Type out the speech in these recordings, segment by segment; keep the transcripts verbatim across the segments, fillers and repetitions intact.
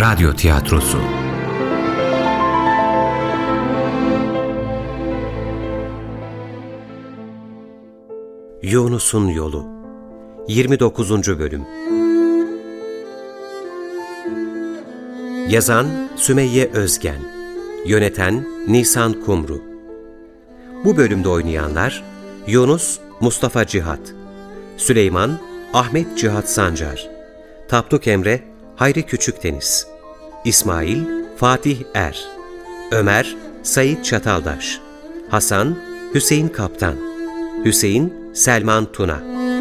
Radyo Tiyatrosu. Yunus'un Yolu yirmi dokuzuncu Bölüm. Yazan Sümeyye Özgen, yöneten Nisan Kumru. Bu bölümde oynayanlar: Yunus Mustafa Cihat, Süleyman Ahmet Cihat Sancar, Tapduk Emre Hayri Küçükdeniz, İsmail Fatih Er, Ömer Sait Çataldaş, Hasan Hüseyin Kaptan, Hüseyin Selman Tuna.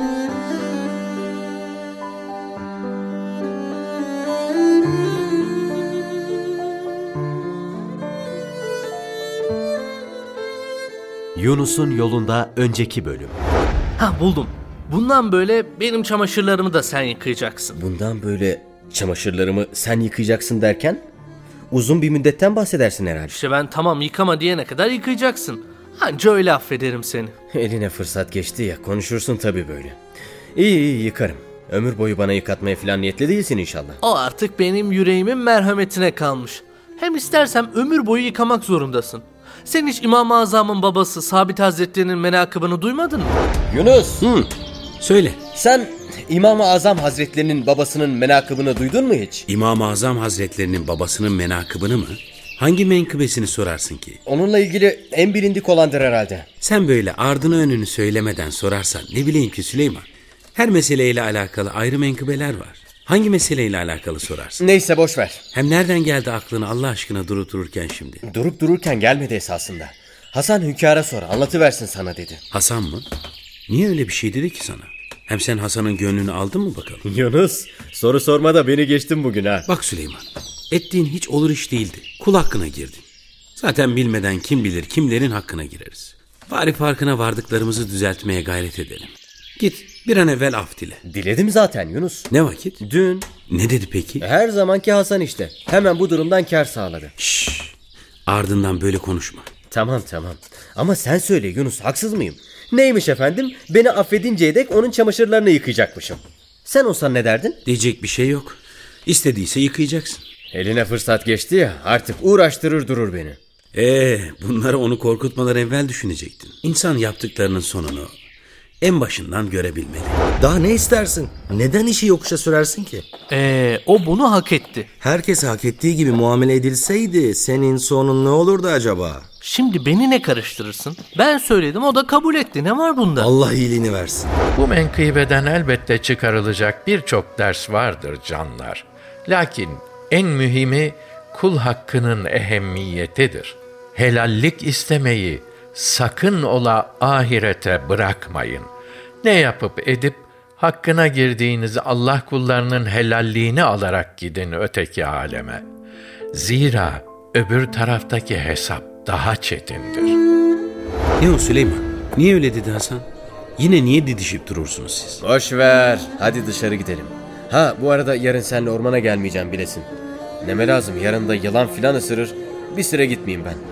Yunus'un Yolunda önceki bölüm. Ha, buldum. Bundan böyle benim çamaşırlarımı da sen yıkayacaksın. Bundan böyle çamaşırlarımı sen yıkayacaksın derken uzun bir müddetten bahsedersin herhalde. İşte ben tamam yıkama diyene kadar yıkayacaksın. Anca öyle affederim seni. Eline fırsat geçti ya, konuşursun tabii böyle. İyi iyi yıkarım. Ömür boyu bana yıkatmaya falan niyetli değilsin inşallah. O artık benim yüreğimin merhametine kalmış. Hem istersem ömür boyu yıkamak zorundasın. Sen hiç İmam-ı Azam'ın babası Sabit Hazretleri'nin menakıbını duymadın mı? Yunus! Hı, söyle. Sen İmam-ı Azam Hazretlerinin babasının menakıbını duydun mu hiç? İmam-ı Azam Hazretlerinin babasının menakıbını mı? Hangi menkıbesini sorarsın ki? Onunla ilgili en bilindik olandır herhalde. Sen böyle ardını önünü söylemeden sorarsan ne bileyim ki Süleyman. Her meseleyle alakalı ayrı menkıbeler var. Hangi meseleyle alakalı sorarsın? Neyse boş ver. Hem nereden geldi aklına Allah aşkına durup dururken şimdi? Durup dururken gelmedi esasında. Hasan hünkâra sor, anlatıversin sana dedi. Hasan mı? Niye öyle bir şey dedi ki sana? Hem sen Hasan'ın gönlünü aldın mı bakalım? Yunus, soru sorma da beni geçtin bugün ha. Bak Süleyman, ettiğin hiç olur iş değildi. Kul hakkına girdin. Zaten bilmeden kim bilir kimlerin hakkına gireriz. Bari farkına vardıklarımızı düzeltmeye gayret edelim. Git bir an evvel af dile. Diledim zaten Yunus. Ne vakit? Dün. Ne dedi peki? Her zamanki Hasan işte. Hemen bu durumdan kar sağladı. Şşş, ardından böyle konuşma. Tamam tamam. Ama sen söyle Yunus, haksız mıyım? Neymiş efendim? Beni affedinceye dek onun çamaşırlarını yıkayacakmışım. Sen olsan ne derdin? Diyecek bir şey yok. İstediyse yıkayacaksın. Eline fırsat geçti ya, artık uğraştırır durur beni. Ee, bunları onu korkutmadan evvel düşünecektin. İnsan yaptıklarının sonunu en başından görebilmeli. Daha ne istersin? Neden işi yokuşa sürersin ki? Ee, o bunu hak etti. Herkes hak ettiği gibi muamele edilseydi senin sonun ne olurdu acaba? Şimdi beni ne karıştırırsın? Ben söyledim, o da kabul etti. Ne var bunda? Allah iyiliğini versin. Bu menkıbeden elbette çıkarılacak birçok ders vardır canlar. Lakin en mühimi kul hakkının ehemmiyetidir. Helallik istemeyi sakın ola ahirete bırakmayın. Ne yapıp edip hakkına girdiğiniz Allah kullarının helalliğini alarak gidin öteki aleme. Zira öbür taraftaki hesap daha çetindir. Ne o Süleyman? Niye öyle dedi Hasan? Yine niye didişip durursunuz siz? Boş ver. Hadi dışarı gidelim. Ha bu arada yarın seninle ormana gelmeyeceğim bilesin. Neme lazım, yarın da yılan filan ısırır. Bir süre gitmeyeyim ben.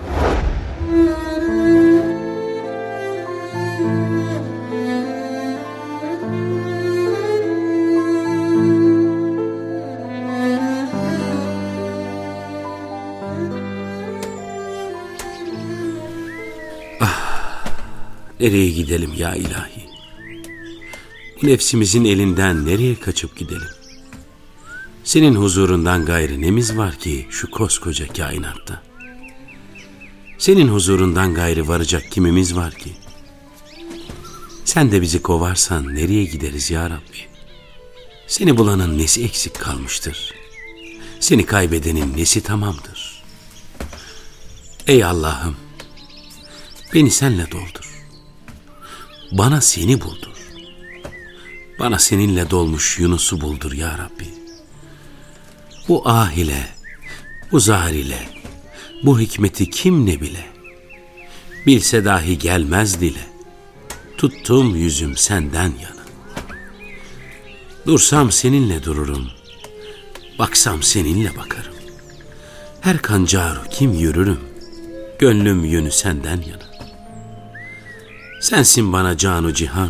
Nereye gidelim ya ilahi? Bu nefsimizin elinden nereye kaçıp gidelim? Senin huzurundan gayrı nemiz var ki şu koskoca kainatta? Senin huzurundan gayrı varacak kimimiz var ki? Sen de bizi kovarsan nereye gideriz ya Rabbi? Seni bulanın nesi eksik kalmıştır? Seni kaybedenin nesi tamamdır? Ey Allah'ım, beni senle doldur. Bana seni buldur. Bana seninle dolmuş Yunus'u buldur ya Rabbi. Bu ah ile, bu zar ile, bu hikmeti kim ne bile. Bilse dahi gelmez dile. Tuttum yüzüm senden yana. Dursam seninle dururum. Baksam seninle bakarım. Her kancaru kim yürürüm. Gönlüm yönü senden yana. Sensin bana canu cihan,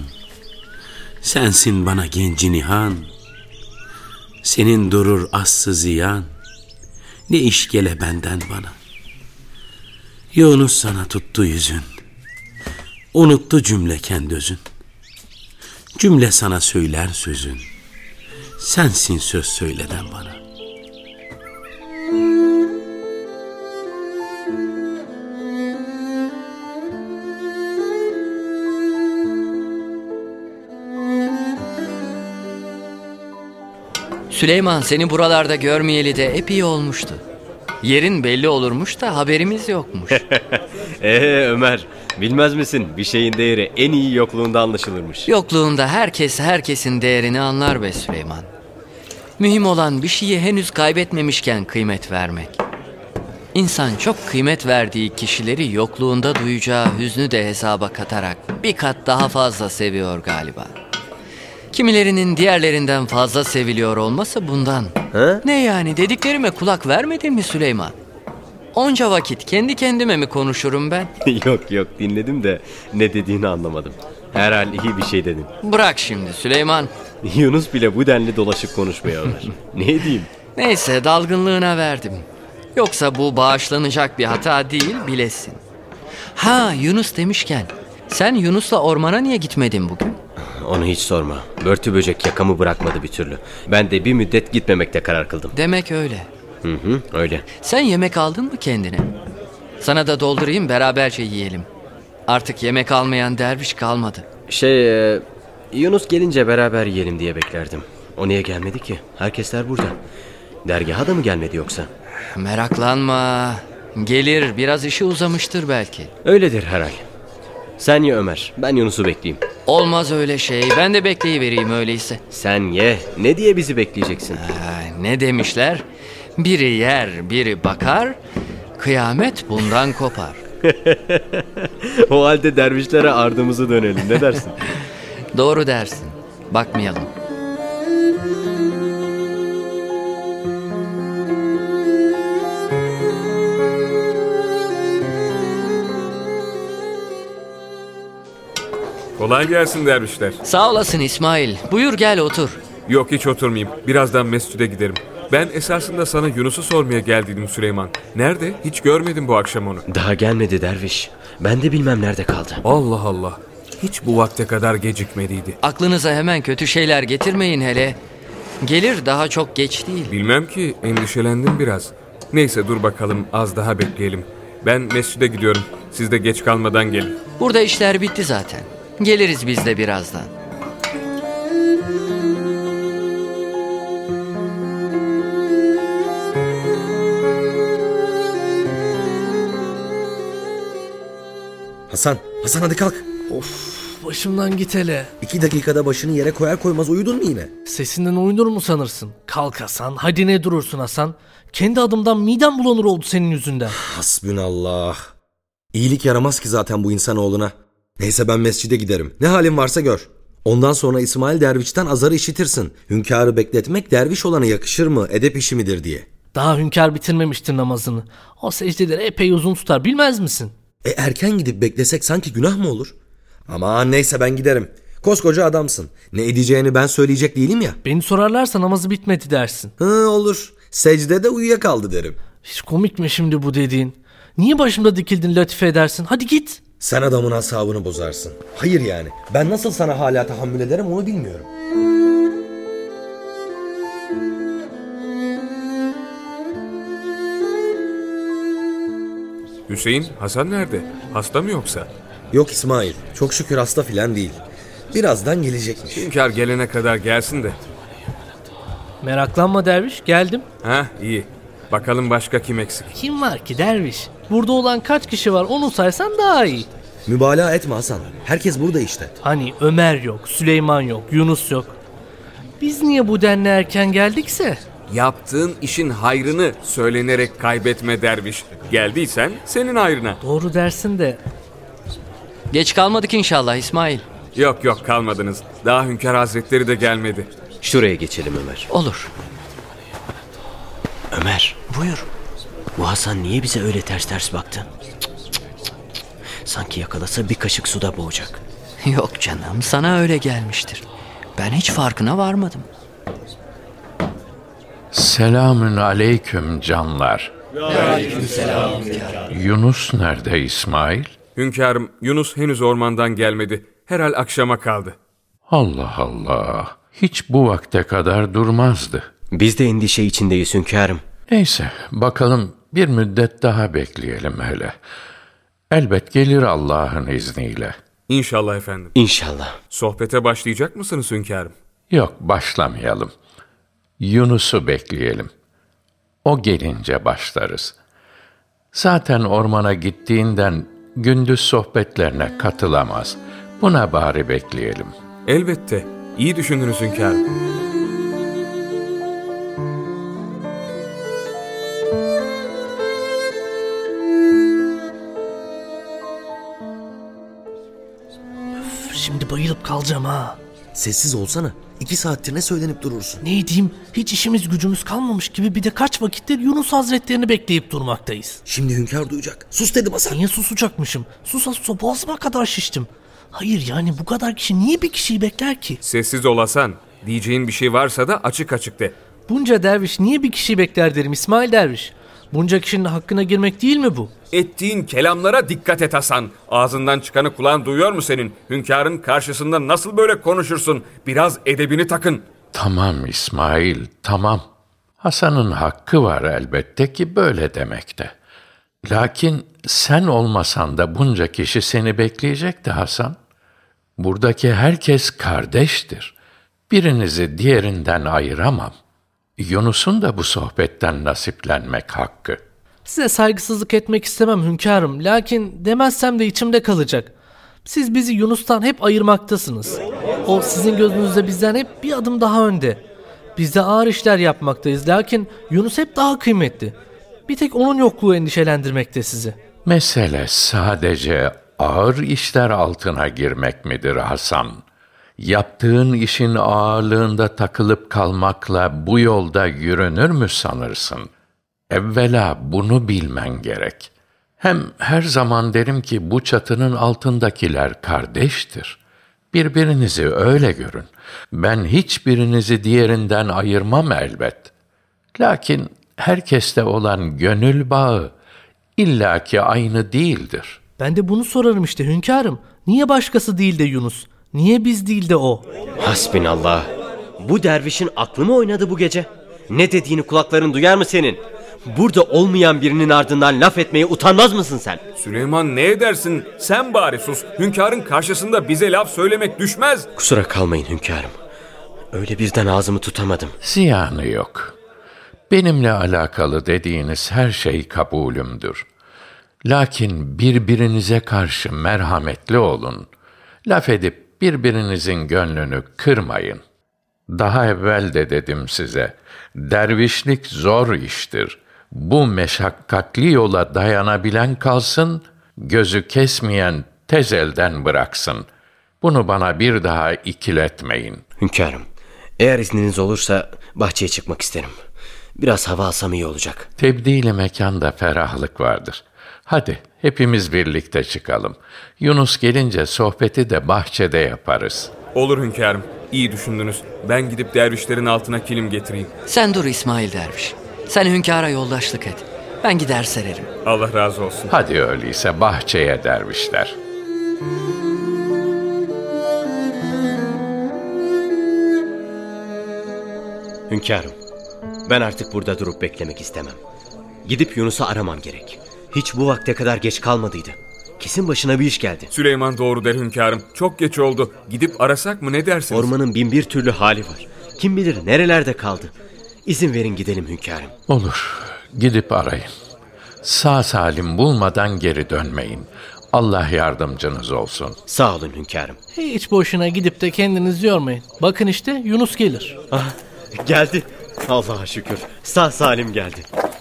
sensin bana genci nihan, senin durur aslı ziyan, Ne iş gele benden bana. Yunus sana tuttu yüzün, unuttu cümle kendözün. Cümle sana söyler sözün, sensin söz söyleden bana. Süleyman, seni buralarda görmeyeli de epey olmuştu. Yerin belli olurmuş da haberimiz yokmuş. Eee Ömer, bilmez misin? Bir şeyin değeri en iyi yokluğunda anlaşılırmış. Yokluğunda herkes herkesin değerini anlar be Süleyman. Mühim olan bir şeyi henüz kaybetmemişken kıymet vermek. İnsan çok kıymet verdiği kişileri yokluğunda duyacağı hüznü de hesaba katarak bir kat daha fazla seviyor galiba. Kimilerinin diğerlerinden fazla seviliyor olması bundan. Ha? Ne yani, dediklerime kulak vermedin mi Süleyman? Onca vakit kendi kendime mi konuşurum ben? Yok yok, dinledim de ne dediğini anlamadım. Herhal iyi bir şey dedin. Bırak şimdi Süleyman. Yunus bile bu denli dolaşıp konuşmuyor Ömer. Ne diyeyim? Neyse, dalgınlığına verdim. Yoksa bu bağışlanacak bir hata değil, bilesin. Ha, Yunus demişken, sen Yunus'la ormana niye gitmedin bugün? Onu hiç sorma. Börtü böcek yakamı bırakmadı bir türlü. Ben de bir müddet gitmemekte karar kıldım. Demek öyle. Hı hı, öyle. Sen yemek aldın mı kendine? Sana da doldurayım, beraberce yiyelim. Artık yemek almayan derviş kalmadı. Şey, e, Yunus gelince beraber yiyelim diye beklerdim. O niye gelmedi ki? Herkesler burada. Dergaha da mı gelmedi yoksa? Meraklanma. Gelir, biraz işi uzamıştır belki. Öyledir herhal. Sen ye Ömer, ben Yunus'u bekleyeyim. Olmaz öyle şey, ben de bekleyivereyim öyleyse. Sen ye, ne diye bizi bekleyeceksin? Ha, ne demişler? Biri yer, biri bakar, kıyamet bundan kopar. O halde dervişlere ardımızı dönelim, ne dersin? Doğru dersin, bakmayalım. Kolay gelsin dervişler. Sağ olasın İsmail. Buyur gel otur. Yok, hiç oturmayayım. Birazdan mescide giderim. Ben esasında sana Yunus'u sormaya geldiydim Süleyman. Nerede? Hiç görmedim bu akşam onu. Daha gelmedi derviş. Ben de bilmem nerede kaldı. Allah Allah. Hiç bu vakte kadar gecikmeliydi. Aklınıza hemen kötü şeyler getirmeyin hele. Gelir, daha çok geç değil. Bilmem ki, endişelendim biraz. Neyse, dur bakalım, az daha bekleyelim. Ben mescide gidiyorum. Siz de geç kalmadan gelin. Burada işler bitti zaten. Geliriz biz de birazdan. Hasan, Hasan hadi kalk. Of, başımdan git hele. İki dakikada başını yere koyar koymaz uyudun mu yine? Sesinden uyunur mu sanırsın? Kalk Hasan, hadi ne durursun Hasan? Kendi adımdan midem bulanır oldu senin yüzünden. Hasbünallah. İyilik yaramaz ki zaten bu insanoğluna. Neyse ben mescide giderim. Ne halin varsa gör. Ondan sonra İsmail dervişten azarı işitirsin. Hünkârı bekletmek derviş olana yakışır mı, edep işi midir diye. Daha hünkâr bitirmemiştir namazını. O secdeleri epey uzun tutar, bilmez misin? E erken gidip beklesek sanki günah mı olur? Aman neyse ben giderim. Koskoca adamsın. Ne edeceğini ben söyleyecek değilim ya. Beni sorarlarsa namazı bitmedi dersin. Hı olur. Secdede uyuyakaldı derim. Hiç komik mi şimdi bu dediğin? Niye başımda dikildin latife edersin? Hadi git. Sen adamın asabını bozarsın. Hayır yani. Ben nasıl sana hala tahammül ederim onu bilmiyorum. Hüseyin, Hasan nerede? Hasta mı yoksa? Yok İsmail. Çok şükür hasta filan değil. Birazdan gelecekmiş. Hünkâr gelene kadar gelsin de. Meraklanma derviş, geldim. Ha, iyi. Bakalım başka kim eksik? Kim var ki derviş? Burada olan kaç kişi var onu saysan daha iyi. Mübalağa etme Hasan. Herkes burada işte. Hani Ömer yok, Süleyman yok, Yunus yok. Biz niye bu denli erken geldikse? Yaptığın işin hayrını söylenerek kaybetme derviş. Geldiysen senin hayrına. Doğru dersin de. Geç kalmadık inşallah İsmail. Yok yok, kalmadınız. Daha Hünkâr Hazretleri de gelmedi. Şuraya geçelim Ömer. Olur. Ömer. Buyur. Bu Hasan niye bize öyle ters ters baktı? Cık, cık, cık, cık. Sanki yakalasa bir kaşık suda boğacak. Yok canım, sana öyle gelmiştir. Ben hiç farkına varmadım. Selamün aleyküm canlar. Aleykümselam. Yunus nerede İsmail? Hünkârım, Yunus henüz ormandan gelmedi. Herhal akşama kaldı. Allah Allah. Hiç bu vakte kadar durmazdı. Biz de endişe içindeyiz hünkârım. Neyse, bakalım bir müddet daha bekleyelim hele. Elbet gelir Allah'ın izniyle. İnşallah efendim. İnşallah. Sohbete başlayacak mısınız hünkârım? Yok, başlamayalım. Yunus'u bekleyelim. O gelince başlarız. Zaten ormana gittiğinden gündüz sohbetlerine katılamaz. Buna bari bekleyelim. Elbette. İyi düşündünüz hünkârım. Şimdi bayılıp kalacağım ha. Sessiz olsana. İki saattir ne söylenip durursun? Ne diyeyim, hiç işimiz gücümüz kalmamış gibi bir de kaç vakittir Yunus Hazretlerini bekleyip durmaktayız. Şimdi hünkâr duyacak. Sus dedim Hasan. Niye susacakmışım? Susa susa boğazıma kadar şiştim. Hayır yani bu kadar kişi niye bir kişiyi bekler ki? Sessiz ol Hasan. Diyeceğin bir şey varsa da açık açık de. Bunca derviş niye bir kişiyi bekler derim İsmail derviş. Bunca kişinin hakkına girmek değil mi bu? Ettiğin kelamlara dikkat et Hasan. Ağzından çıkanı kulağın duyuyor mu senin? Hünkârın karşısında nasıl böyle konuşursun? Biraz edebini takın. Tamam İsmail, tamam. Hasan'ın hakkı var elbette ki böyle demekte. Lakin sen olmasan da bunca kişi seni bekleyecekti Hasan. Buradaki herkes kardeştir. Birinizi diğerinden ayıramam. Yunus'un da bu sohbetten nasiplenmek hakkı. Size saygısızlık etmek istemem hünkârım. Lakin demezsem de içimde kalacak. Siz bizi Yunus'tan hep ayırmaktasınız. O sizin gözünüzde bizden hep bir adım daha önde. Biz de ağır işler yapmaktayız. Lakin Yunus hep daha kıymetli. Bir tek onun yokluğu endişelendirmekte sizi. Mesele sadece ağır işler altına girmek midir Hasan? Yaptığın işin ağırlığında takılıp kalmakla bu yolda yürünür mü sanırsın? Evvela bunu bilmen gerek. Hem her zaman derim ki bu çatının altındakiler kardeştir. Birbirinizi öyle görün. Ben hiçbirinizi diğerinden ayırmam elbet. Lakin herkeste olan gönül bağı illaki aynı değildir. Ben de bunu sorarım işte hünkârım. Niye başkası değil de Yunus? Niye biz değil de o? Hasbinallah. Bu dervişin aklı mı oynadı bu gece? Ne dediğini kulakların duyar mı senin? Burada olmayan birinin ardından laf etmeye utanmaz mısın sen? Süleyman ne edersin? Sen bari sus. Hünkârın karşısında bize laf söylemek düşmez. Kusura kalmayın hünkârım. Öyle birden ağzımı tutamadım. Ziyanı yok. Benimle alakalı dediğiniz her şey kabulümdür. Lakin birbirinize karşı merhametli olun. Laf edip birbirinizin gönlünü kırmayın. Daha evvel de dedim size, dervişlik zor iştir. Bu meşakkatli yola dayanabilen kalsın, gözü kesmeyen tez elden bıraksın. Bunu bana bir daha ikiletmeyin. Hünkârım, eğer izniniz olursa bahçeye çıkmak isterim. Biraz hava alsam iyi olacak. Tebdil-i mekanda ferahlık vardır. Hadi hepimiz birlikte çıkalım. Yunus gelince sohbeti de bahçede yaparız. Olur hünkârım. İyi düşündünüz. Ben gidip dervişlerin altına kilim getireyim. Sen dur İsmail derviş. Sen hünkâra yoldaşlık et. Ben gider sererim. Allah razı olsun. Hadi öyleyse bahçeye dervişler. Hünkârım, ben artık burada durup beklemek istemem. Gidip Yunus'u aramam gerek. Hiç bu vakte kadar geç kalmadıydı. Kesin başına bir iş geldi. Süleyman doğru der hünkârım. Çok geç oldu. Gidip arasak mı ne dersiniz? Ormanın bin bir türlü hali var. Kim bilir nerelerde kaldı. İzin verin gidelim hünkârım. Olur, gidip arayın. Sağ salim bulmadan geri dönmeyin. Allah yardımcınız olsun. Sağ olun hünkârım. Hiç boşuna gidip de kendinizi yormayın. Bakın işte Yunus gelir. Ah, geldi. Allah'a şükür. Sağ salim geldi.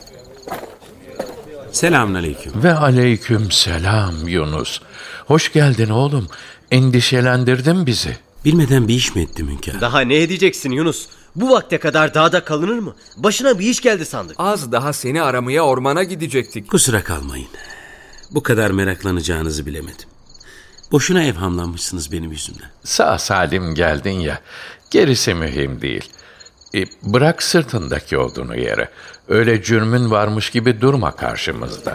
Selamünaleyküm. Ve aleyküm selam Yunus. Hoş geldin oğlum. Endişelendirdin bizi. Bilmeden bir iş mi ettim hünkârım? Daha ne edeceksin Yunus? Bu vakte kadar dağda kalınır mı? Başına bir iş geldi sandık. Az daha seni aramaya ormana gidecektik. Kusura kalmayın. Bu kadar meraklanacağınızı bilemedim. Boşuna evhamlanmışsınız benim yüzümden. Sağ salim geldin ya. Gerisi mühim değil. E, bırak sırtındaki odunu yere. Öyle cürmün varmış gibi durma karşımızda.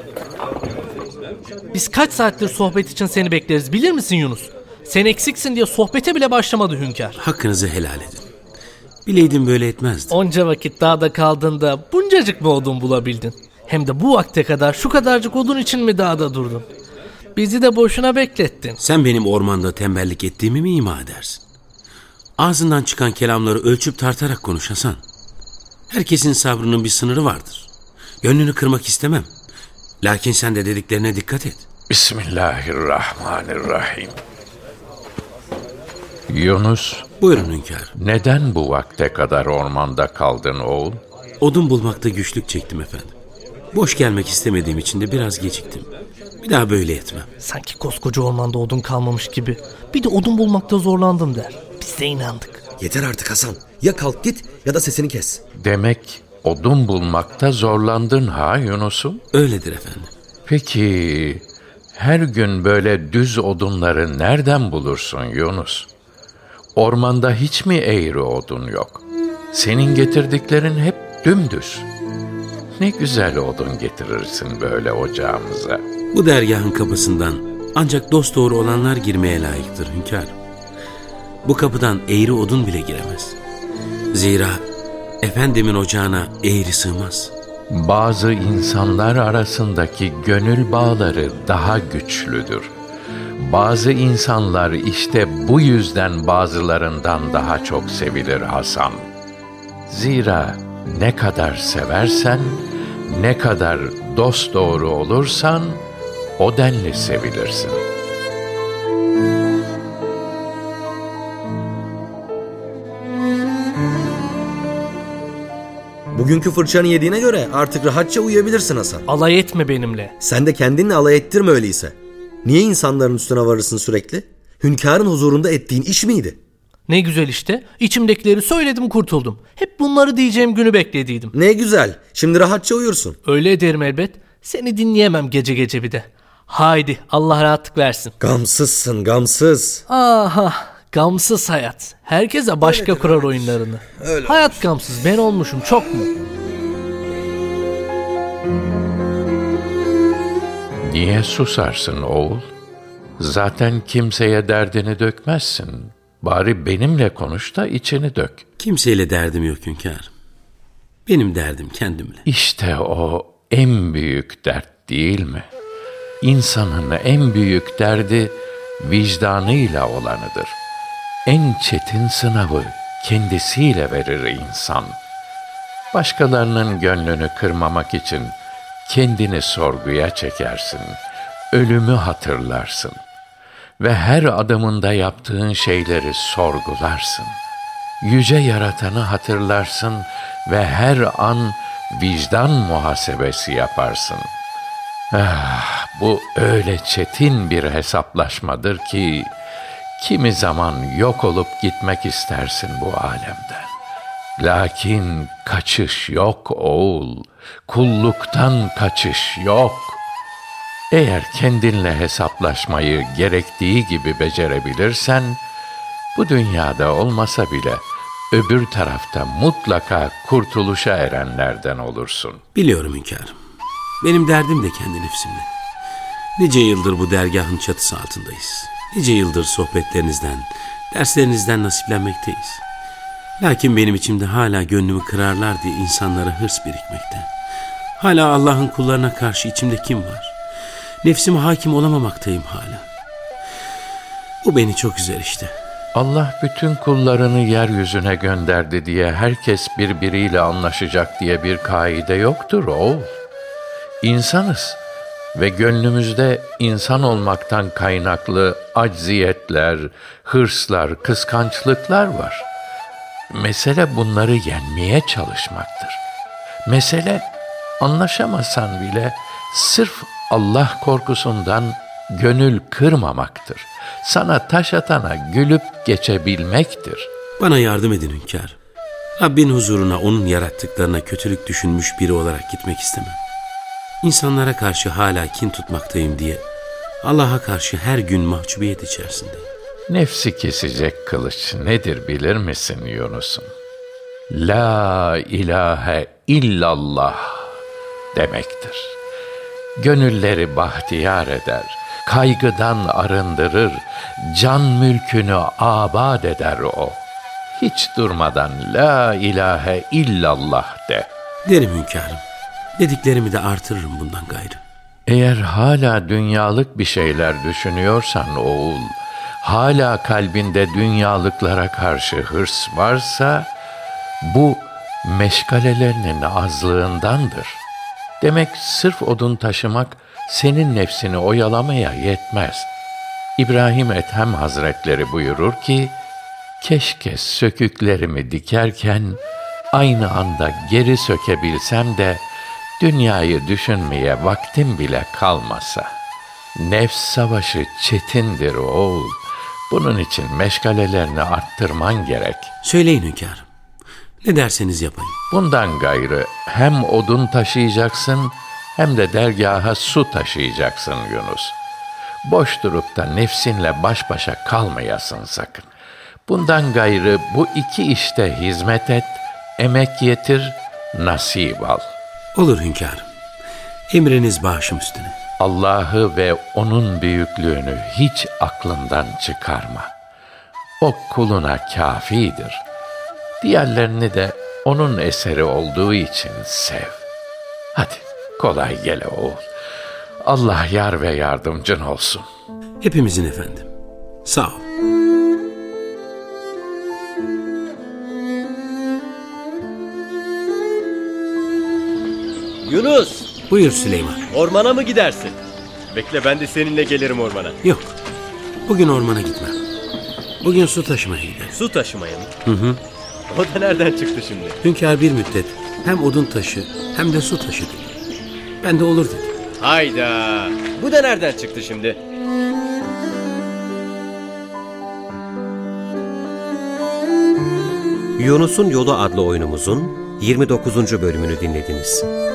Biz kaç saattir sohbet için seni bekleriz bilir misin Yunus? Sen eksiksin diye sohbete bile başlamadı hünkâr. Hakkınızı helal edin. Bileydim böyle etmezdim. Onca vakit dağda kaldığında buncacık mı odun bulabildin? Hem de bu vakte kadar şu kadarcık odun için mi dağda durdun? Bizi de boşuna beklettin. Sen benim ormanda tembellik ettiğimi mi ima edersin? Ağzından çıkan kelamları ölçüp tartarak konuş Hasan. Herkesin sabrının bir sınırı vardır. Gönlünü kırmak istemem. Lakin sen de dediklerine dikkat et. Bismillahirrahmanirrahim. Yunus, Buyurun hünkâr. neden bu vakte kadar ormanda kaldın oğul? Odun bulmakta güçlük çektim efendim. Boş gelmek istemediğim için de biraz geciktim. Bir daha böyle etmem. Sanki koskoca ormanda odun kalmamış gibi. Bir de odun bulmakta zorlandım der. Biz de inandık. Yeter artık Hasan. Ya kalk git ya da sesini kes. Demek odun bulmakta zorlandın ha Yunus'um? Öyledir efendim. Peki her gün böyle düz odunları nereden bulursun Yunus? Ormanda hiç mi eğri odun yok? Senin getirdiklerin hep dümdüz. Ne güzel odun getirirsin böyle ocağımıza. Bu dergahın kapısından ancak dosdoğru olanlar girmeye layıktır hünkâr. Bu kapıdan eğri odun bile giremez. Zira efendimin ocağına eğri sığmaz. Bazı insanlar arasındaki gönül bağları daha güçlüdür. Bazı insanlar işte bu yüzden bazılarından daha çok sevilir Hasan. Zira ne kadar seversen, ne kadar dosdoğru olursan o denli sevilirsin. Bugünkü fırçanı yediğine göre artık rahatça uyuyabilirsin Hasan. Alay etme benimle. Sen de kendinle alay ettirme öyleyse. Niye insanların üstüne varırsın sürekli? Hünkârın huzurunda ettiğin iş miydi? Ne güzel işte. İçimdekileri söyledim kurtuldum. Hep bunları diyeceğim günü beklediydim. Ne güzel. Şimdi rahatça uyursun. Öyle ederim elbet. Seni dinleyemem gece gece bir de. Haydi Allah rahatlık versin. Gamsızsın gamsız. Aha gamsız hayat. Herkese başka Öyledir, kurar öyledir. oyunlarını. Öyle Hayat olmuş. gamsız ben olmuşum çok mu? Niye susarsın oğul? Zaten kimseye derdini dökmezsin. Bari benimle konuş da içini dök. Kimseyle derdim yok hünkâr. Benim derdim kendimle. İşte o en büyük dert değil mi? İnsanın en büyük derdi vicdanıyla olanıdır. En çetin sınavı kendisiyle verir insan. Başkalarının gönlünü kırmamak için kendini sorguya çekersin, ölümü hatırlarsın ve her adımında yaptığın şeyleri sorgularsın. Yüce Yaratan'ı hatırlarsın ve her an vicdan muhasebesi yaparsın. Ah, bu öyle çetin bir hesaplaşmadır ki kimi zaman yok olup gitmek istersin bu alemden. Lakin kaçış yok oğul, kulluktan kaçış yok. Eğer kendinle hesaplaşmayı gerektiği gibi becerebilirsen, bu dünyada olmasa bile öbür tarafta mutlaka kurtuluşa erenlerden olursun. Biliyorum hünkârım. Benim derdim de kendi nefsimle. Nice yıldır bu dergahın çatısı altındayız. Nice yıldır sohbetlerinizden, derslerinizden nasiplenmekteyiz. Lakin benim içimde hala gönlümü kırarlar diye insanlara hırs birikmekte. Hala Allah'ın kullarına karşı içimde kin var. Nefsime hakim olamamaktayım hala. Bu beni çok üzer işte. Allah bütün kullarını yeryüzüne gönderdi diye herkes birbiriyle anlaşacak diye bir kaide yoktur oğul. İnsanız ve gönlümüzde insan olmaktan kaynaklı acziyetler, hırslar, kıskançlıklar var. Mesele bunları yenmeye çalışmaktır. Mesele anlaşamasan bile sırf Allah korkusundan gönül kırmamaktır. Sana taş atana gülüp geçebilmektir. Bana yardım edin hünkâr. Rabbin huzuruna onun yarattıklarına kötülük düşünmüş biri olarak gitmek istemem. İnsanlara karşı hala kin tutmaktayım diye Allah'a karşı her gün mahcubiyet içerisindeyim. Nefsi kesecek kılıç nedir bilir misin Yunus'um? La ilahe illallah demektir. Gönülleri bahtiyar eder, kaygıdan arındırır, can mülkünü abad eder o. Hiç durmadan la ilahe illallah de. Derim hünkârım. Dediklerimi de artırırım bundan gayrı. Eğer hala dünyalık bir şeyler düşünüyorsan oğul, hala kalbinde dünyalıklara karşı hırs varsa, bu meşgalelerinin azlığındandır. Demek sırf odun taşımak senin nefsini oyalamaya yetmez. İbrahim Ethem Hazretleri buyurur ki, keşke söküklerimi dikerken aynı anda geri sökebilsem de dünyayı düşünmeye vaktim bile kalmasa. Nefs savaşı çetindir oğul. Bunun için meşgalelerini arttırman gerek. Söyleyin hünkârım. Ne derseniz yapayım. Bundan gayrı hem odun taşıyacaksın hem de dergaha su taşıyacaksın Yunus. Boş durup da nefsinle baş başa kalmayasın sakın. Bundan gayrı bu iki işte hizmet et, emek yetir, nasip al. Olur hünkârım. Emriniz başım üstüne. Allah'ı ve onun büyüklüğünü hiç aklından çıkarma. O kuluna kâfidir. Diğerlerini de onun eseri olduğu için sev. Hadi kolay gele oğul. Allah yar ve yardımcın olsun. Hepimizin efendim. Sağ ol. Yunus, Buyur Süleyman. ormana mı gidersin? Bekle, ben de seninle gelirim ormana. Yok. Bugün ormana gitmem. Bugün su taşımaya giderim. Su taşımaya mı? Hı hı. O da nereden çıktı şimdi? Hünkâr bir müddet hem odun taşı hem de su taşı dedi. Ben de olur dedim. Hayda! Bu da nereden çıktı şimdi? Yunus'un Yolu adlı oyunumuzun yirmi dokuzuncu bölümünü dinlediniz.